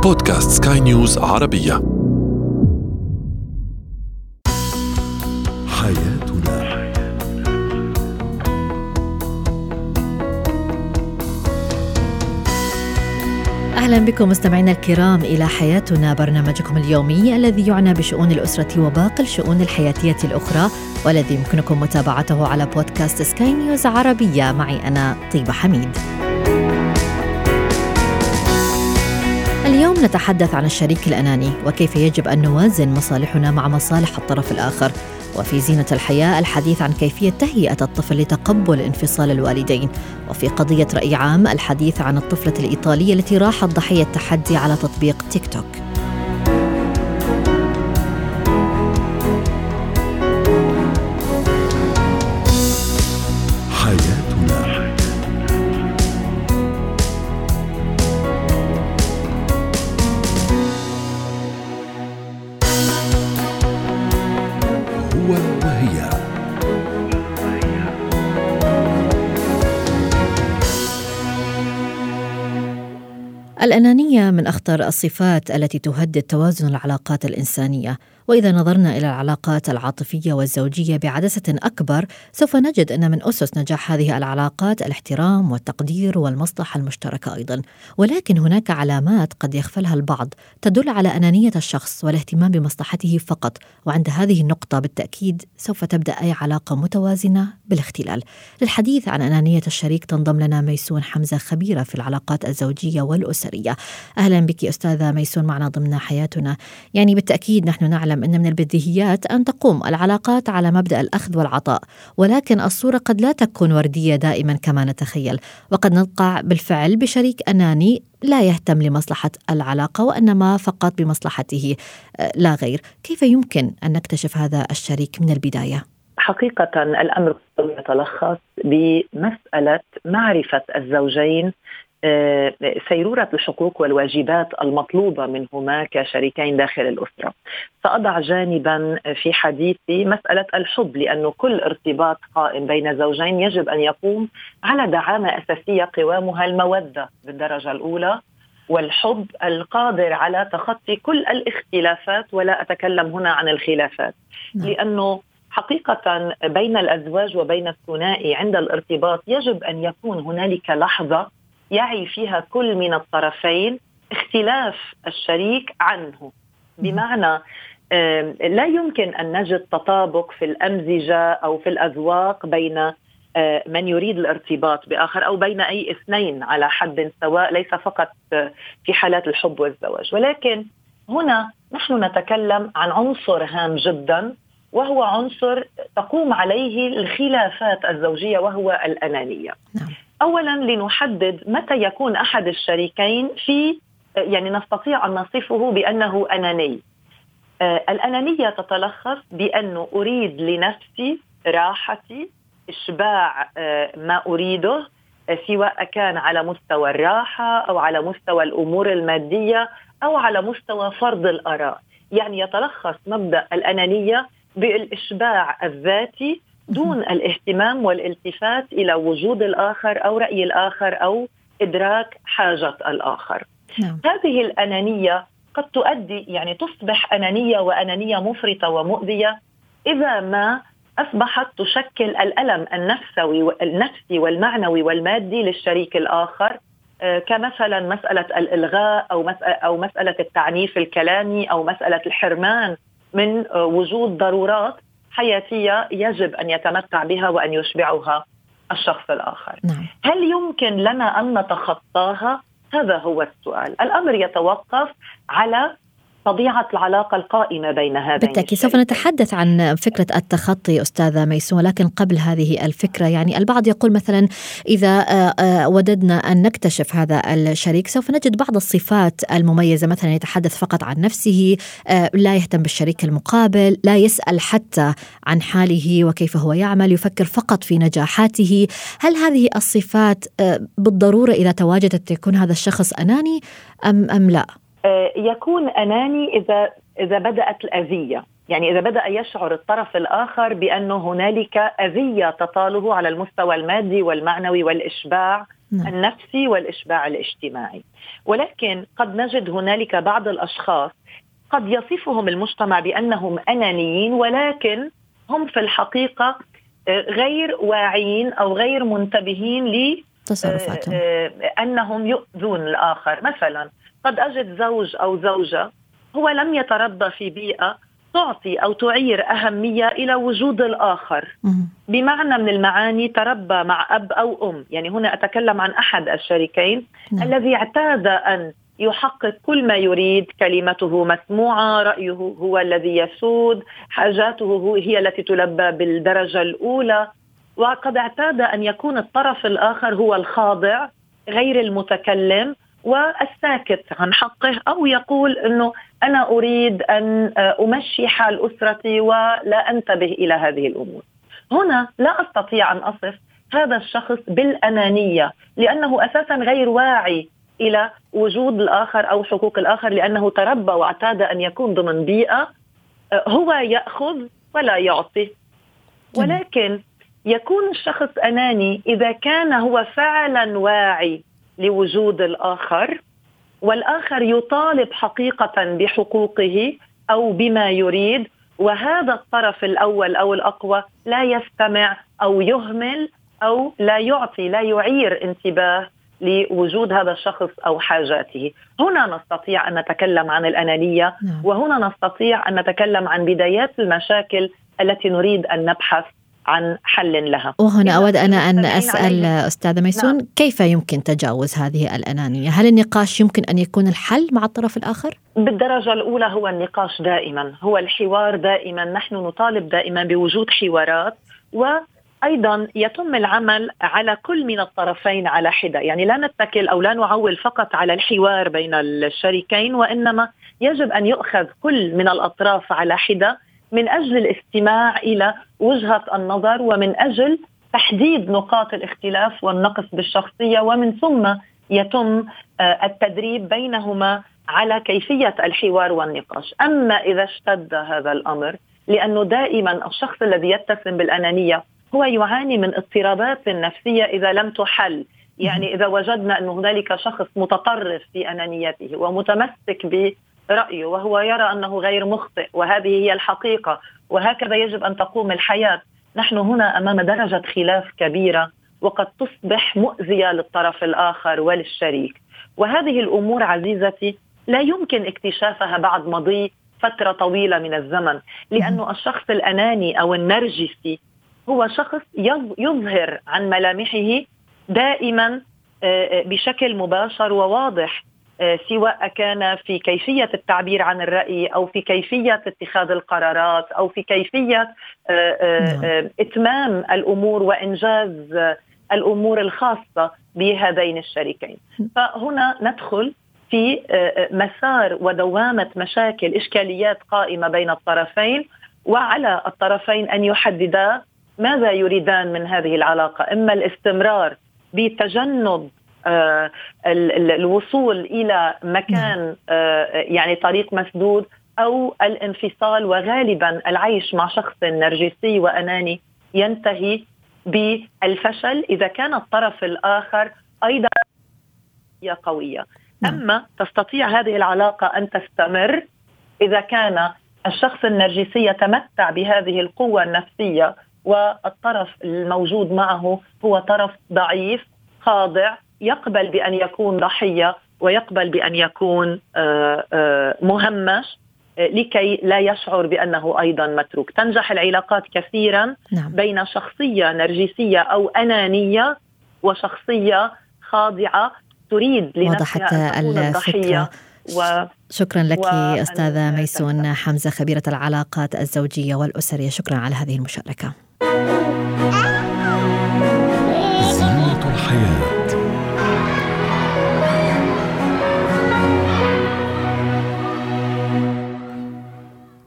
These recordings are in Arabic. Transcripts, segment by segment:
بودكاست سكاي نيوز عربية. حياتنا. أهلا بكم مستمعينا الكرام إلى حياتنا، برنامجكم اليومي الذي يعنى بشؤون الأسرة وباقي الشؤون الحياتية الأخرى، والذي يمكنكم متابعته على بودكاست سكاي نيوز عربية. معي أنا طيبة حميد. اليوم نتحدث عن الشريك الأناني وكيف يجب أن نوازن مصالحنا مع مصالح الطرف الآخر. وفي زينة الحياة الحديث عن كيفية تهيئة الطفل لتقبل انفصال الوالدين. وفي قضية رأي عام الحديث عن الطفلة الإيطالية التي راحت ضحية تحدي على تطبيق تيك توك. حياتنا. هو وهي. الأنانية من أخطر الصفات التي تهدد توازن العلاقات الإنسانية. وإذا نظرنا إلى العلاقات العاطفية والزوجية بعدسة أكبر، سوف نجد أن من أسس نجاح هذه العلاقات الاحترام والتقدير والمصلحة المشتركة أيضا. ولكن هناك علامات قد يغفلها البعض تدل على أنانية الشخص والاهتمام بمصلحته فقط، وعند هذه النقطة بالتأكيد سوف تبدأ أي علاقة متوازنة بالاختلال. للحديث عن أنانية الشريك تنضم لنا ميسون حمزة، خبيرة في العلاقات الزوجية والأسرية. أهلا بك أستاذة ميسون معنا ضمن حياتنا. يعني بالتأكيد نحن نعلم أن من البديهيات أن تقوم العلاقات على مبدأ الأخذ والعطاء، ولكن الصورة قد لا تكون وردية دائما كما نتخيل، وقد نقع بالفعل بشريك أناني لا يهتم لمصلحة العلاقة وإنما فقط بمصلحته لا غير. كيف يمكن أن نكتشف هذا الشريك من البداية؟ حقيقة الأمر يتلخص بمسألة معرفة الزوجين سيرورة الحقوق والواجبات المطلوبة منهما كشريكين داخل الأسرة. سأضع جانبا في حديثي مسألة الحب، لأنه كل ارتباط قائم بين زوجين يجب أن يقوم على دعامة أساسية قوامها المودة بالدرجة الأولى، والحب القادر على تخطي كل الاختلافات، ولا أتكلم هنا عن الخلافات، لأنه حقيقة بين الأزواج وبين الثنائي عند الارتباط يجب أن يكون هنالك لحظة يعي فيها كل من الطرفين اختلاف الشريك عنه. بمعنى لا يمكن أن نجد تطابق في الأمزجة أو في الأذواق بين من يريد الارتباط بآخر أو بين أي اثنين على حد سواء، ليس فقط في حالات الحب والزواج. ولكن هنا نحن نتكلم عن عنصر هام جدا، وهو عنصر تقوم عليه الخلافات الزوجية، وهو الأنانية. أولا لنحدد متى يكون أحد الشريكين يعني نستطيع أن نصفه بأنه أناني. الأنانية تتلخص بأنه أريد لنفسي راحتي، إشباع ما أريده، سواء كان على مستوى الراحة أو على مستوى الأمور المادية أو على مستوى فرض الآراء. يعني يتلخص مبدأ الأنانية بالإشباع الذاتي دون الاهتمام والالتفات إلى وجود الآخر أو رأي الآخر أو إدراك حاجة الآخر. هذه الأنانية قد تؤدي، يعني تصبح أنانية وأنانية مفرطة ومؤذية إذا ما أصبحت تشكل الألم النفسي والمعنوي والمادي للشريك الآخر، كمثلا مسألة الإلغاء أو مسألة التعنيف الكلامي أو مسألة الحرمان من وجود ضرورات حياتية يجب أن يتمتع بها وأن يشبعها الشخص الآخر. هل يمكن لنا أن نتخطاها؟ هذا هو السؤال. الأمر يتوقف على طبيعة العلاقة القائمة بين هذين. بالتأكيد سوف نتحدث عن فكرة التخطي أستاذة ميسون، لكن قبل هذه الفكرة يعني البعض يقول مثلا إذا وددنا أن نكتشف هذا الشريك سوف نجد بعض الصفات المميزة، مثلا يتحدث فقط عن نفسه، لا يهتم بالشريك المقابل، لا يسأل حتى عن حاله وكيف هو يعمل، يفكر فقط في نجاحاته. هل هذه الصفات بالضرورة إذا تواجدت يكون هذا الشخص أناني أم لا؟ يكون أناني إذا بدأت الأذية، يعني إذا بدأ يشعر الطرف الآخر بأنه هنالك أذية تطاله على المستوى المادي والمعنوي والإشباع النفسي والإشباع الاجتماعي. ولكن قد نجد هنالك بعض الأشخاص قد يصفهم المجتمع بأنهم أنانيين، ولكن هم في الحقيقة غير واعيين أو غير منتبهين تصرفاتهم، أنهم يؤذون الآخر. مثلا قد أجد زوج أو زوجة هو لم يتربى في بيئة تعطي أو تعير أهمية إلى وجود الآخر بمعنى من المعاني، تربى مع أب أو أم، يعني هنا أتكلم عن أحد الشريكين الذي اعتاد أن يحقق كل ما يريد، كلمته مسموعة، رأيه هو الذي يسود، حاجاته هي التي تلبى بالدرجة الأولى، وقد اعتاد أن يكون الطرف الآخر هو الخاضع غير المتكلم والساكت عن حقه، أو يقول أنه أنا أريد أن أمشي حال أسرتي ولا أنتبه إلى هذه الأمور. هنا لا أستطيع أن أصف هذا الشخص بالأنانية، لأنه أساسا غير واعي إلى وجود الآخر أو حقوق الآخر، لأنه تربى واعتاد أن يكون ضمن بيئة هو يأخذ ولا يعطي. ولكن يكون الشخص أناني إذا كان هو فعلا واعي لوجود الآخر، والآخر يطالب حقيقة بحقوقه أو بما يريد، وهذا الطرف الأول أو الأقوى لا يستمع أو يهمل أو لا يعطي، لا يعير انتباه لوجود هذا الشخص أو حاجاته. هنا نستطيع أن نتكلم عن الأنانية، وهنا نستطيع أن نتكلم عن بدايات المشاكل التي نريد أن نبحث عن حل لها. وهنا أود أن أسأل أستاذة ميسون، كيف يمكن تجاوز هذه الأنانية؟ هل النقاش يمكن أن يكون الحل مع الطرف الآخر؟ بالدرجة الأولى هو النقاش دائما، هو الحوار دائما. نحن نطالب دائما بوجود حوارات، وأيضا يتم العمل على كل من الطرفين على حدة، يعني لا نتكل أو لا نعول فقط على الحوار بين الشريكين، وإنما يجب أن يؤخذ كل من الأطراف على حدة من أجل الاستماع إلى وجهة النظر، ومن أجل تحديد نقاط الاختلاف والنقص بالشخصية، ومن ثم يتم التدريب بينهما على كيفية الحوار والنقاش. أما إذا اشتد هذا الأمر، لأنه دائما الشخص الذي يتسم بالأنانية هو يعاني من اضطرابات نفسية إذا لم تحل. يعني إذا وجدنا أن هنالك شخص متطرف في أنانيته ومتمسك برأيه وهو يرى أنه غير مخطئ وهذه هي الحقيقة وهكذا يجب أن تقوم الحياة، نحن هنا أمام درجة خلاف كبيرة وقد تصبح مؤذية للطرف الآخر وللشريك. وهذه الأمور عزيزتي لا يمكن اكتشافها بعد مضي فترة طويلة من الزمن، لأنه الشخص الأناني أو النرجسي هو شخص يظهر عن ملامحه دائما بشكل مباشر وواضح، سواء كان في كيفية التعبير عن الرأي أو في كيفية اتخاذ القرارات أو في كيفية إتمام الأمور وإنجاز الأمور الخاصة بهذين الشريكين. فهنا ندخل في مسار ودوامة مشاكل، إشكاليات قائمة بين الطرفين، وعلى الطرفين أن يحددا ماذا يريدان من هذه العلاقة، إما الاستمرار بتجنب الوصول إلى مكان يعني طريق مسدود، أو الانفصال، وغالبا العيش مع شخص نرجسي وأناني ينتهي بالفشل إذا كان الطرف الآخر أيضا قوية. أما تستطيع هذه العلاقة أن تستمر إذا كان الشخص النرجسي يتمتع بهذه القوة النفسية والطرف الموجود معه هو طرف ضعيف خاضع، يقبل بأن يكون ضحية ويقبل بأن يكون مهمش لكي لا يشعر بأنه أيضا متروك. تنجح العلاقات كثيرا بين شخصية نرجسية أو أنانية وشخصية خاضعة تريد لنفسها أن تكون الضحية. شكرا لك أستاذة ميسون حمزة، خبيرة العلاقات الزوجية والأسرية، شكرا على هذه المشاركة. زينة الحياة.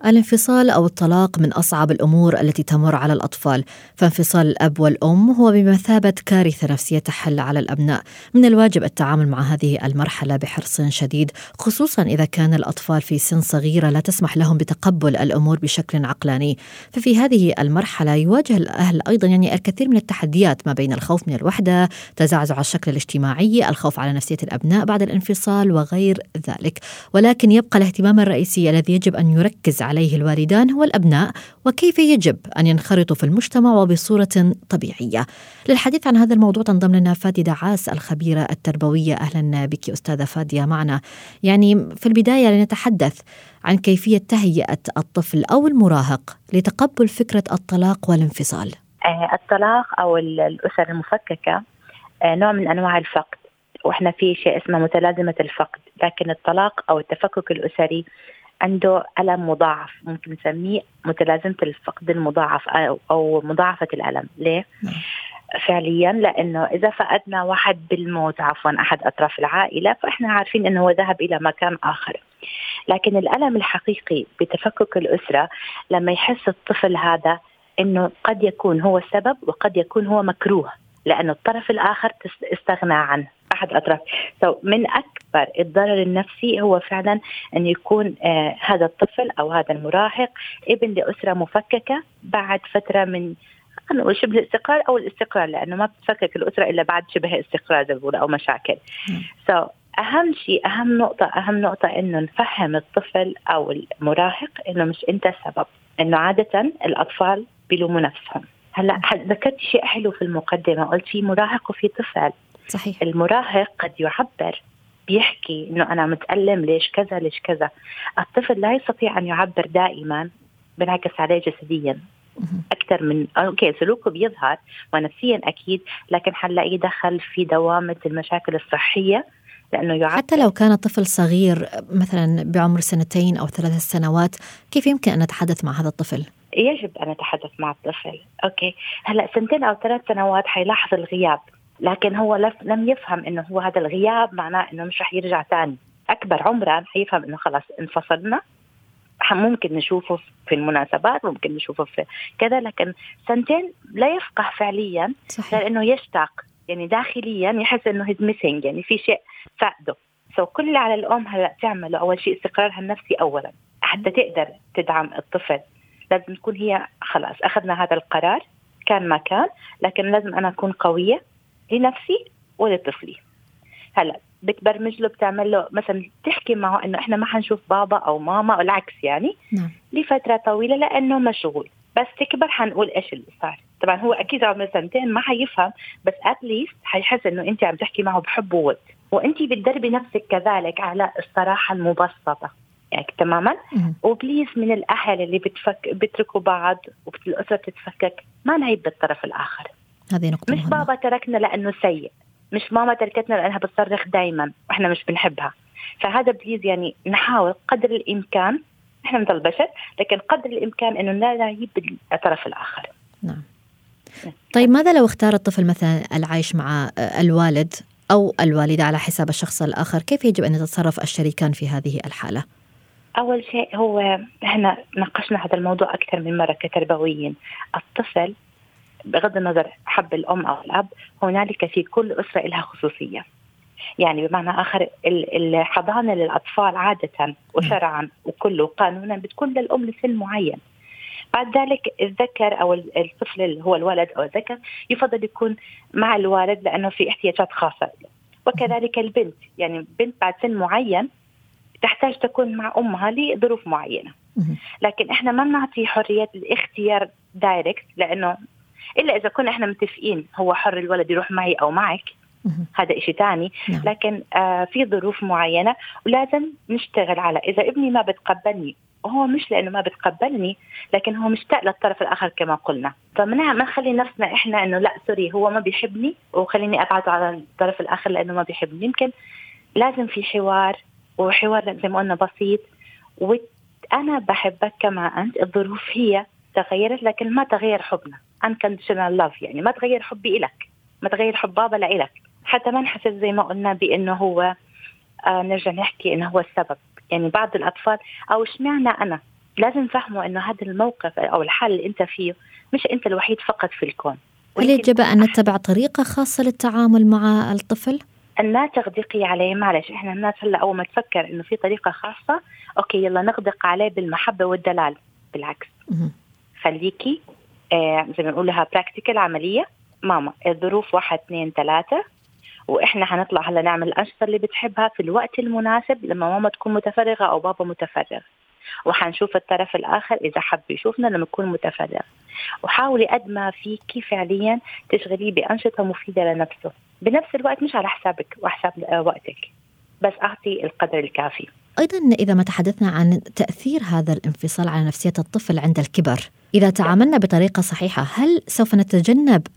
الانفصال أو الطلاق من أصعب الأمور التي تمر على الأطفال، فانفصال الأب والأم هو بمثابة كارثة نفسية تحل على الأبناء. من الواجب التعامل مع هذه المرحلة بحرص شديد، خصوصا إذا كان الأطفال في سن صغيرة لا تسمح لهم بتقبل الأمور بشكل عقلاني. ففي هذه المرحلة يواجه الأهل أيضا الكثير من التحديات، ما بين الخوف من الوحدة، تزعزع الشكل الاجتماعي، الخوف على نفسية الأبناء بعد الانفصال وغير ذلك. ولكن يبقى الاهتمام الرئيسي الذي يجب أن يركز عليه الوالدان هو الأبناء، وكيف يجب أن ينخرطوا في المجتمع وبصورة طبيعية. للحديث عن هذا الموضوع تنضم لنا فادية دعاس الخبيرة التربوية. أهلا بك أستاذة فادية معنا. في البداية لنتحدث عن كيفية تهيئة الطفل أو المراهق لتقبل فكرة الطلاق والانفصال. الطلاق أو الأسر المفككة نوع من أنواع الفقد، وإحنا في شيء اسمه متلازمة الفقد. لكن الطلاق أو التفكك الأسري عنده ألم مضاعف، ممكن نسميه متلازمة الفقد المضاعف أو مضاعفة الألم. ليه؟ فعليا لأنه إذا فقدنا واحد بالموت أحد أطراف العائلة، فإحنا عارفين أنه هو ذهب إلى مكان آخر. لكن الألم الحقيقي بتفكك الأسرة لما يحس الطفل هذا أنه قد يكون هو السبب وقد يكون هو مكروه، لأن الطرف الآخر استغنى عنه أحد أطراف. من أكبر الضرر النفسي هو فعلا أن يكون هذا الطفل أو هذا المراهق ابن لأسرة مفككة بعد فترة من شبه الاستقرار أو الاستقرار، لأنه ما بتفكك الأسرة إلا بعد شبه استقرار أو مشاكل. أهم شيء، أهم نقطة إنه نفهم الطفل أو المراهق إنه مش أنت السبب، إنه عادة الأطفال بيلوموا نفسهم. هلا ذكرت شيء حلو في المقدمة، قلت في مراهق وفي طفل. صحيح. المراهق قد يعبر، بيحكي إنه أنا متألم ليش كذا ليش كذا. الطفل لا يستطيع أن يعبر دائما، بنعكس عليه جسديا أكثر من سلوكه بيظهر ونفسيا أكيد، لكن حنلاقيه دخل في دوامة المشاكل الصحية لأنه يعبر. حتى لو كان طفل صغير مثلا بعمر 2 أو 3 سنوات، كيف يمكن أن نتحدث مع هذا الطفل؟ يجب أن نتحدث مع الطفل. هلأ 2 أو 3 سنوات حيلاحظ الغياب، لكن هو لم يفهم إنه هو هذا الغياب معناه إنه مش رح يرجع تاني. أكبر عمرا حيفهم إنه خلاص انفصلنا، ممكن نشوفه في المناسبات، ممكن نشوفه في كذا، لكن 2 لا يفقه فعليا. صحيح. لأنه يشتاق، داخليا يحس إنه he's missing، في شيء فقده. كل اللي على الأم هلا تعمله أول شيء استقرارها النفسي أولا، حتى تقدر تدعم الطفل. لازم تكون هي خلاص أخذنا هذا القرار كان ما كان، لكن لازم أنا أكون قوية لنفسي ولطفلي. هلا بتبرمج له، بتعمل له مثلا تحكي معه إنه إحنا ما حنشوف بابا أو ماما أو العكس نعم. لفترة طويلة لأنه مشغول، بس تكبر حنقول إيش اللي صار. طبعا هو أكيد عمره 2 ما حيفهم، بس أتليست حيحس إنه أنت عم تحكي معه بحب وود، وأنت بتدربي نفسك كذلك على الصراحة المبسطة تماما. وبليز من الأهل اللي بتركوا بعض والأسرة بتتفكك، ما نعيب بالطرف الآخر. هذه نقطة مش مهمة. بابا تركنا لأنه سيء، مش ماما تركتنا لأنها بتصرخ دايما وإحنا مش بنحبها. فهذا بليز نحاول قدر الإمكان، إحنا مثل البشر، لكن قدر الإمكان إنه لا نعيب بالطرف الآخر. نعم. طيب ماذا لو اختار الطفل مثلا العيش مع الوالد أو الوالدة على حساب الشخص الآخر؟ كيف يجب أن يتصرف الشريكان في هذه الحالة؟ أول شيء هو إحنا ناقشنا هذا الموضوع أكثر من مرة كتربويين. الطفل بغض النظر حب الأم أو الأب، هنالك في كل أسرة لها خصوصية. بمعنى آخر الحضانة للأطفال عادة وشرعا وكله قانونا بتكون للأم لسن معين. بعد ذلك الذكر أو الطفل اللي هو الولد أو الذكر يفضل يكون مع الوالد لأنه في احتياجات خاصة، وكذلك البنت بنت بعد سن معين تحتاج تكون مع أمها لظروف معينة. لكن إحنا ما بنعطي حرية الاختيار دايركت، لأنه إلا إذا كنا إحنا متفقين هو حر الولد يروح معي أو معك، هذا إشي تاني. لكن في ظروف معينة ولازم نشتغل على إذا ابني ما بتقبلني، وهو مش لأنه ما بتقبلني، لكن هو مشتاق للطرف الآخر كما قلنا. فمنها ما نخلي نفسنا إحنا إنه لا سوري هو ما بيحبني وخليني أبعده على الطرف الآخر لأنه ما بيحبني. يمكن لازم في حوار، وحوار زي ما قلنا بسيط، وأنا بحبك كما أنت. الظروف هي تغيرت لكن ما تغير حبنا. unconditional love، ما تغير حبي إلك، ما تغير حب بابا لإلك، حتى ما نحسس زي ما قلنا بأنه هو نرجع نحكي إنه هو السبب. بعض الأطفال أو اشمعنى أنا لازم نفهمه إنه هذا الموقف أو الحل اللي أنت فيه مش أنت الوحيد فقط في الكون. هل يجب أن نتبع طريقة خاصة للتعامل مع الطفل؟ أن لا تغدقي عليه. معلش إحنا الناس هلأ أول ما تفكر إنه في طريقة خاصة أوكي يلا نغدق عليه بالمحبة والدلال. بالعكس خليكي زي ما نقولها براكتيكال، عملية. ماما الظروف 1 2 3 وإحنا هنطلع هلا نعمل الأنشطة اللي بتحبها في الوقت المناسب لما ماما تكون متفرغة أو بابا متفرغ، وحنشوف الطرف الآخر إذا حب يشوفنا لما يكون متفرغ. وحاولي قد ما فيكي فعليا تشغليه بأنشطة مفيدة لنفسه، بنفس الوقت مش على حسابك وحساب وقتك، بس أعطي القدر الكافي. أيضا إذا ما تحدثنا عن تأثير هذا الانفصال على نفسية الطفل عند الكبر، إذا تعاملنا بطريقة صحيحة هل سوف نتجنب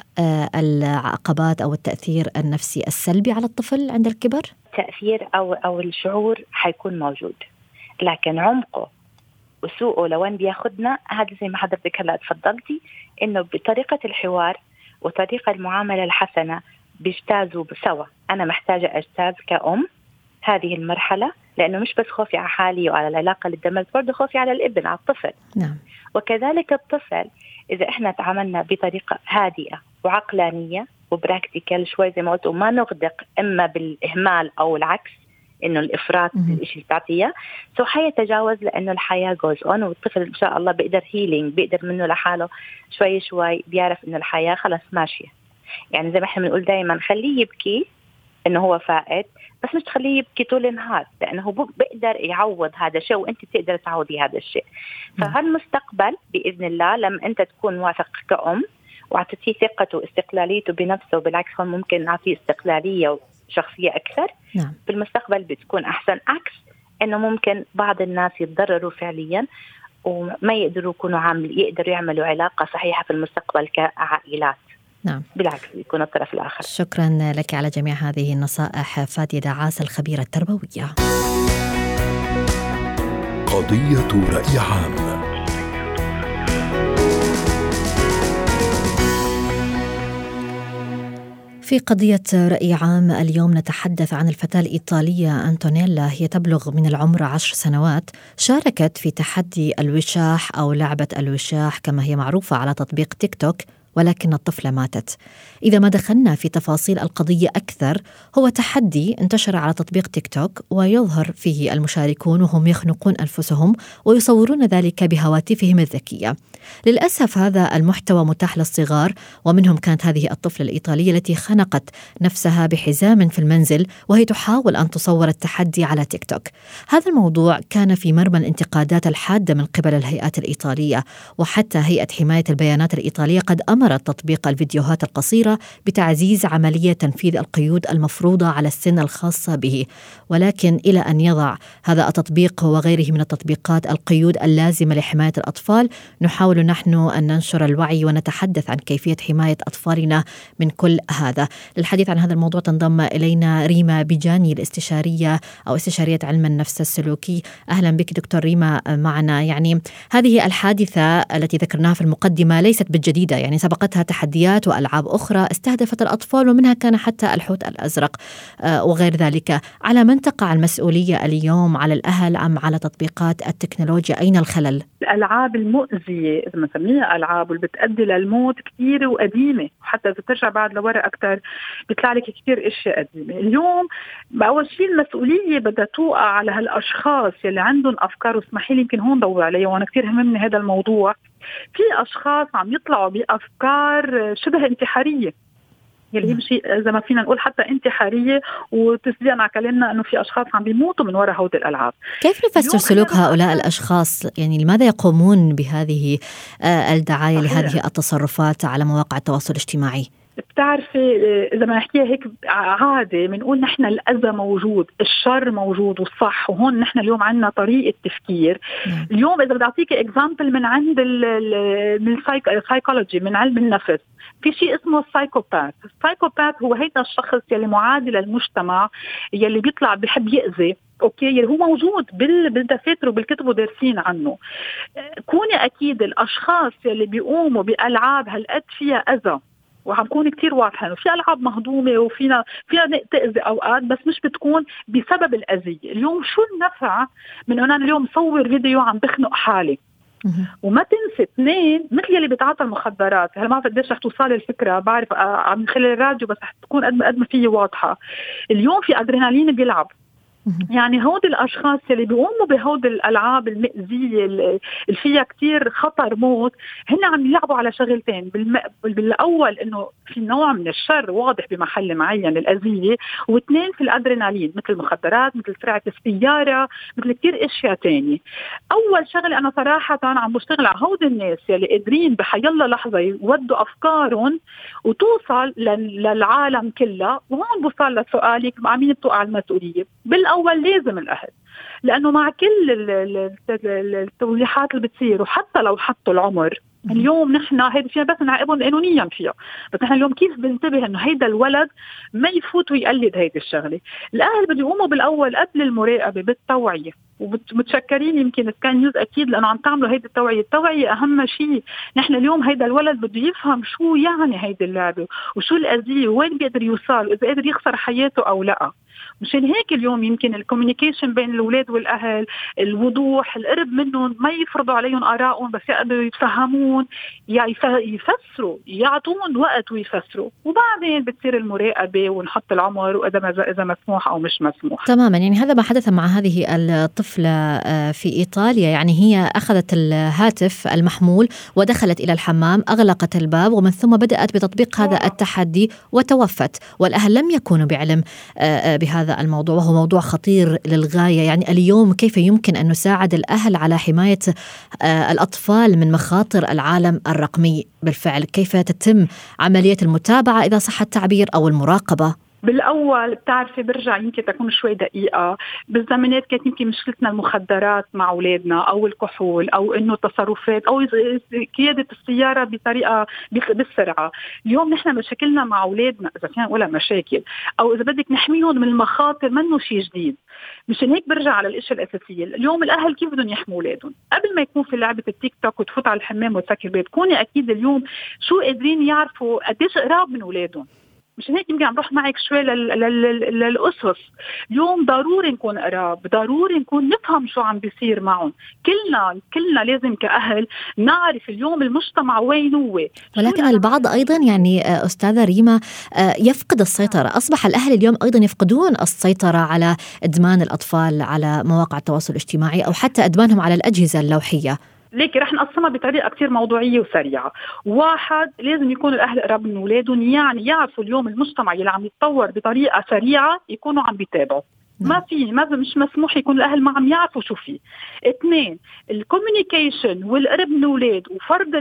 العقبات أو التأثير النفسي السلبي على الطفل عند الكبر؟ تأثير أو الشعور حيكون موجود، لكن عمقه وسوءه لوين بياخدنا هذا زي ما حضرتك هلا تفضلتي إنه بطريقة الحوار وطريقة المعاملة الحسنة بيجتازوا سوا. أنا محتاجة أجتاز كأم هذه المرحلة، لأنه مش بس خوفي على حالي وعلى العلاقة اللي دمت، برضه خوفي على الابن، على الطفل. نعم. وكذلك الطفل إذا إحنا تعاملنا بطريقة هادئة وعقلانية وبراكتيكال شوي زي ما قلت، وما نغدق إما بالإهمال أو العكس إنه الإفراط بالإشي اللي تعطيه، سو حيتجاوز لأنه الحياة goes on، والطفل إن شاء الله بيقدر هيلينج، بيقدر منه لحاله شوي شوي بيعرف إنه الحياة خلاص ماشية. يعني زي ما إحنا بنقول دايما خليه يبكي إنه هو فائد، بس مش تخليه يبكي طول النهار، لأنه هو بيقدر يعوض هذا الشيء وأنت تقدر تعوضي هذا الشيء. فهالمستقبل بإذن الله لما أنت تكون واثق كأم وعطيتيه ثقته واستقلاليته بنفسه، وبالعكس هون ممكن نعطيه استقلالية وشخصية أكثر. نعم. بالمستقبل بتكون أحسن، عكس إنه ممكن بعض الناس يتضرروا فعليا وما يقدروا يكونوا يقدروا يعملوا علاقة صحيحة في المستقبل كعائلات. نعم. بالعكس يكون الطرف الآخر. شكرا لك على جميع هذه النصائح فادية دعاس الخبيرة التربوية. قضية رأي عام. في قضية رأي عام اليوم نتحدث عن الفتاة الإيطالية أنتونيلا، هي تبلغ من العمر 10 سنوات، شاركت في تحدي الوشاح أو لعبة الوشاح كما هي معروفة على تطبيق تيك توك، ولكن الطفلة ماتت. إذا ما دخلنا في تفاصيل القضية أكثر، هو تحدي انتشر على تطبيق تيك توك ويظهر فيه المشاركون وهم يخنقون أنفسهم ويصورون ذلك بهواتفهم الذكية. للأسف هذا المحتوى متاح للصغار، ومنهم كانت هذه الطفلة الإيطالية التي خنقت نفسها بحزام في المنزل وهي تحاول أن تصور التحدي على تيك توك. هذا الموضوع كان في مرمى الانتقادات الحادة من قبل الهيئات الإيطالية، وحتى هيئة حماية البيانات الإيطالية قد أمرت تطبيق الفيديوهات القصيرة بتعزيز عملية تنفيذ القيود المفروضة على السن الخاصة به. ولكن إلى أن يضع هذا التطبيق وغيره من التطبيقات القيود اللازمة لحماية الأطفال، نحاول نحن أن ننشر الوعي ونتحدث عن كيفية حماية أطفالنا من كل هذا. للحديث عن هذا الموضوع تنضم إلينا ريما بيجاني، الاستشارية أو استشارية علم النفس السلوكي. أهلا بك دكتور ريما معنا. يعني هذه الحادثة التي ذكرناها في المقدمة ليست بالجديدة، يعني سبقتها تحديات وألعاب أخرى استهدفت الأطفال، ومنها كان حتى الحوت الأزرق وغير ذلك. على من تقع المسؤولية اليوم، على الأهل أم على تطبيقات التكنولوجيا؟ أين الخلل؟ الألعاب المؤذية إذا ما سميها ألعاب واللي بتؤدي للموت كتير وقديمة، حتى إذا ترجع بعد لورا أكتر بيطلع لك كتير أشياء قديمة. اليوم بأول شيء المسؤولية بدها توقع على هالأشخاص يلي عندهم أفكار، واسمحي لي يمكن هون ضوي عليها وأنا كتير هممني هذا الموضوع. في أشخاص عم يطلعوا بأفكار شبه انتحارية، يلي هي شيء إذا ما فينا نقول حتى انتحارية، وتسديدا على كلامنا أنه في أشخاص عم بيموتوا من وراء هودي الألعاب. كيف نفسر سلوك هؤلاء الأشخاس؟ يعني لماذا يقومون بهذه الدعاية لهذه التصرفات على مواقع التواصل الاجتماعي؟ بتعرفي إذا ما نحكيها هيك عادة بنقول نحن الأذى موجود، الشر موجود والصح، وهون نحن اليوم عندنا طريقة تفكير. اليوم إذا بدي أعطيك إكزامبل من عند السايكولوجي، من علم النفس، في شيء اسمه السايكوباث. السايكوباث هو هيدا الشخص يلي معادي للمجتمع، يلي بيطلع بيحب يأذي، اوكي، يلي هو موجود بالدفاتر وبالكتب ودارسين عنه. كوني اكيد الاشخاص يلي بيقوموا بألعاب هالقد فيها اذى، وهنكون كتير واضحة في ألعاب مهضومة وفينا تأذي أوقات، بس مش بتكون بسبب الأذية. اليوم شو النفع من أن أنا اليوم صور فيديو عم بخنق حالي؟ وما تنسى 2 مثل يلي بتعاطى المخدرات. هلا ما قديش رح توصل الفكره، بعرف من خلال الراديو، بس رح تكون قد ما فيه واضحه. اليوم في ادرينالين بيلعب، يعني هود الأشخاص اللي بيقوموا بهود الألعاب المئزية اللي فيها كتير خطر موت، هن عم يلعبوا على شغلتين. بالأول إنه في نوع من الشر واضح بمحل معين الأذية، و2 في الأدرينالين مثل المخدرات، مثل سرعة السيارة، مثل كتير أشياء تانية. أول شغلة أنا صراحة عم بشتغل على هود الناس اللي قادرين بحيالله لحظة يودوا أفكارهم وتوصل للعالم كله. وهون بوصل لسؤالك مع مين بتوقع المسؤولية. بالأول لازم الأهل، لأنه مع كل التوضيحات اللي بتصير، وحتى لو حطوا العمر اليوم نحن هيدا فينا بس نعاقبهم قانونيا فيها، بس نحن اليوم كيف بنتبه انه هيدا الولد ما يفوت ويقلد هيدي الشغله. الاهل بده يقوموا بالاول قبل المراقبه بالتوعيه، ومتشكرين يمكن سكاي نيوز اكيد لانه عم تعملوا هيدي التوعيه اهم شيء. نحن اليوم هيدا الولد بده يفهم شو يعني هيدي اللعبه وشو الاذيه وين بيقدر يوصل واذا قادر يخسر حياته او لا. مشان هيك اليوم يمكن الكوميونيكيشن بين الأولاد والأهل، الوضوح، القرب منهم، ما يفرضوا عليهم آرائهم بس يقدروا يتفهمون، يفسروا، يعطون وقت ويفسروا، وبعدين بتصير المراقبة ونحط العمر وإذا مسموح أو مش مسموح. تماما. يعني هذا ما حدث مع هذه الطفلة في إيطاليا. يعني هي أخذت الهاتف المحمول ودخلت إلى الحمام، أغلقت الباب، ومن ثم بدأت بتطبيق هذا التحدي وتوفت، والأهل لم يكونوا بعلم بهذا الموضوع، وهو موضوع خطير للغاية. يعني اليوم كيف يمكن أن نساعد الأهل على حماية الأطفال من مخاطر العالم الرقمي بالفعل؟ كيف تتم عملية المتابعة إذا صح التعبير أو المراقبة؟ بالأول بتعرفي برجع يمكن تكون شوي دقيقة. بالزمانات كانت يمكن مشكلتنا المخدرات مع أولادنا أو الكحول أو إنه تصرفات أو قيادة السيارة بطريقة بالسرعة. اليوم نحن مشاكلنا مع أولادنا إذا كان ولا مشاكل أو إذا بدك نحميهم من المخاطر منه شيء جديد. مشان هيك برجع على الاشياء الأساسية. اليوم الأهل كيف بدهم يحموا أولادهم؟ قبل ما يكون في لعبة التيك توك وتفوت على الحمام وتسكر بيت، كوني أكيد اليوم شو قادرين يعرفوا قديش قراب من أولادهم. مش هيك يمكن عم روح معك شوي للأسس. اليوم ضروري نكون قراب، ضروري نكون نفهم شو عم بيصير معهم. كلنا لازم كأهل نعرف اليوم المجتمع وين هو. ولكن البعض أيضا يعني أستاذة ريما يفقد السيطرة. أصبح الأهل اليوم أيضا يفقدون السيطرة على إدمان الأطفال على مواقع التواصل الاجتماعي أو حتى إدمانهم على الأجهزة اللوحية. لكن رح نقسمها بطريقة كتير موضوعية وسريعة. 1، لازم يكون الأهل قراب من أولادهم، يعني يعرفوا اليوم المجتمع اللي عم يتطور بطريقة سريعة يكونوا عم بيتابعوا. ما مش مسموح يكون الأهل ما عم يعرفوا شو فيه. 2، الكوميونيكيشن والقرب من الأولاد وفرض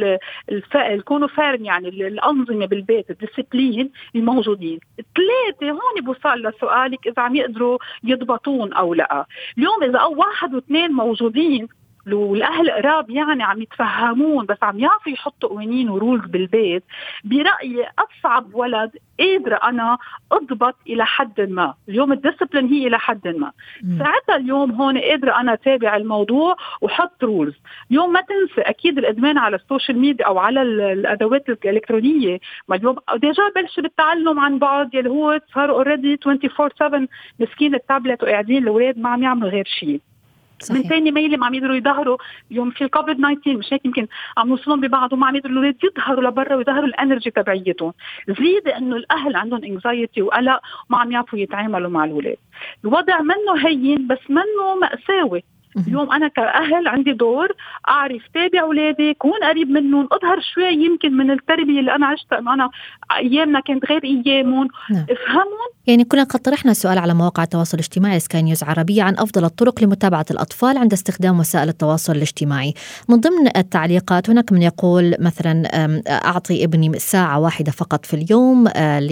يكونوا فارم يعني الأنظمة بالبيت، الديسيبلين الموجودين. 3، هون بوصل لسؤالك إذا عم يقدروا يضبطون أو لا. اليوم إذا 1 و2 موجودين والأهل قراب يعني عم يتفهمون بس عم يعرفوا يحطوا قوانين ورولز بالبيت، برأيي أصعب ولد قادر أنا أضبط إلى حد ما. اليوم الديسبلين هي إلى حد ما. ساعتها اليوم هون قادر أنا أتابع الموضوع وحط رولز. اليوم ما تنسى أكيد الإدمان على السوشيال ميديا أو على الأدوات الإلكترونية. ما اليوم ديجا بلش بالتعلم عن بعد يلي هو صاروا أوريدي 24/7 مسكين التابلت وقاعدين الأولاد ما عم يعملوا غير شيء. صحيح. من ثاني ميلي ما عم يقدروا يظهروا. اليوم في الكوفيد 19 مش هيك يمكن عم نوصلهم ببعض وما عم يقدروا الأولاد يظهروا لبرا ويظهروا الانرجي تبعيتهم. زيد انه الاهل عندهم انكزايتي وقلق وما عم يعرفوا يتعاملوا مع الأولاد. الوضع منه هين بس منه مأساوي. اليوم أنا كأهل عندي دور أعرف تابع أولادي، كون قريب منهم، أظهر شوي يمكن من التربية اللي أنا عشتها. أنا أيامنا كانت غير أيامهم. افهمون. يعني كنا قد طرحنا سؤال على مواقع التواصل الاجتماعي سكاي نيوز عربية عن أفضل الطرق لمتابعة الأطفال عند استخدام وسائل التواصل الاجتماعي. من ضمن التعليقات هناك من يقول مثلا أعطي ابني 1 ساعة واحدة فقط في اليوم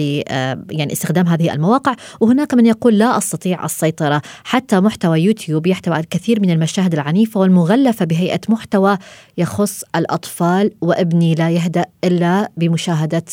يعني استخدام هذه المواقع، وهناك من يقول لا أستطيع السيطرة. حتى محتوى يوتيوب يحتوي على الكثير من المشاهد العنيفة والمغلفة بهيئة محتوى يخص الأطفال، وابني لا يهدأ إلا بمشاهدة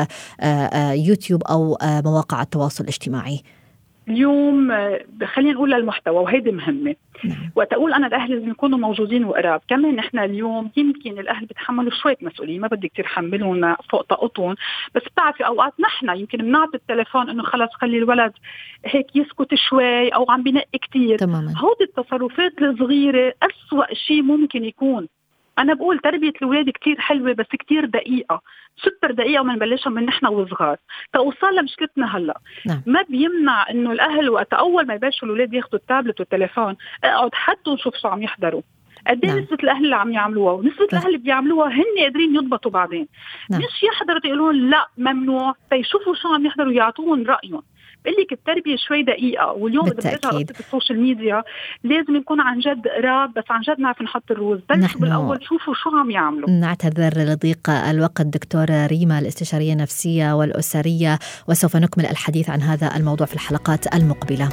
يوتيوب أو مواقع التواصل الاجتماعي. اليوم خلينا نقول المحتوى وهيدي مهمة. وقت أقول أنا الأهل لازم يكونوا موجودين وقراب. كمان نحن اليوم يمكن الأهل بتحملوا شوية مسؤولية، ما بدي كتير حملونا فوق طاقتهم، بس بتعرفي أوقات نحن يمكن بنعطي التليفون إنه خلص خلي الولد هيك يسكت شوي أو عم بينق كتير. هودي التصرفات الصغيرة أسوأ شيء ممكن يكون. أنا بقول تربية الأولاد كتير حلوة بس كتير دقيقة، سوبر دقيقة وما نبلشها من نحن وصغار توصل لمشكلتنا هلا. نعم. ما بيمنع إنه الأهل وقت أول ما يبلشوا الأولاد ياخدوا التابلت والتليفون اقعد حتى وشوف شو عم يحضروا، قد ايه نسبة الأهل اللي عم يعملوها ونسبة الأهل اللي بيعملوها هن قادرين يضبطوا بعدين. مش يحضروا يقولون لا ممنوع تيشوفوا شو عم يحضروا يعطون رأيهم. بقول لك التربية شوي دقيقة، واليوم إذا بنرجع قصة السوشيال ميديا لازم نكون عن جد قراب، بس عن جد نعرف نحط الروز. بلشوا بالأول شوفوا شو عم يعملوا. نعتذر لضيق الوقت دكتورة ريما الاستشارية النفسية والأسرية، وسوف نكمل الحديث عن هذا الموضوع في الحلقات المقبلة.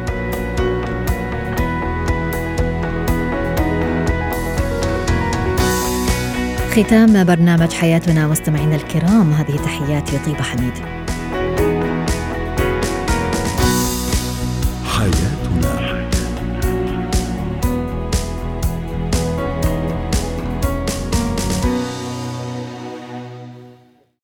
ختام برنامج حياتنا مستمعينا الكرام، هذه تحياتي طيبة حميد. حياتنا.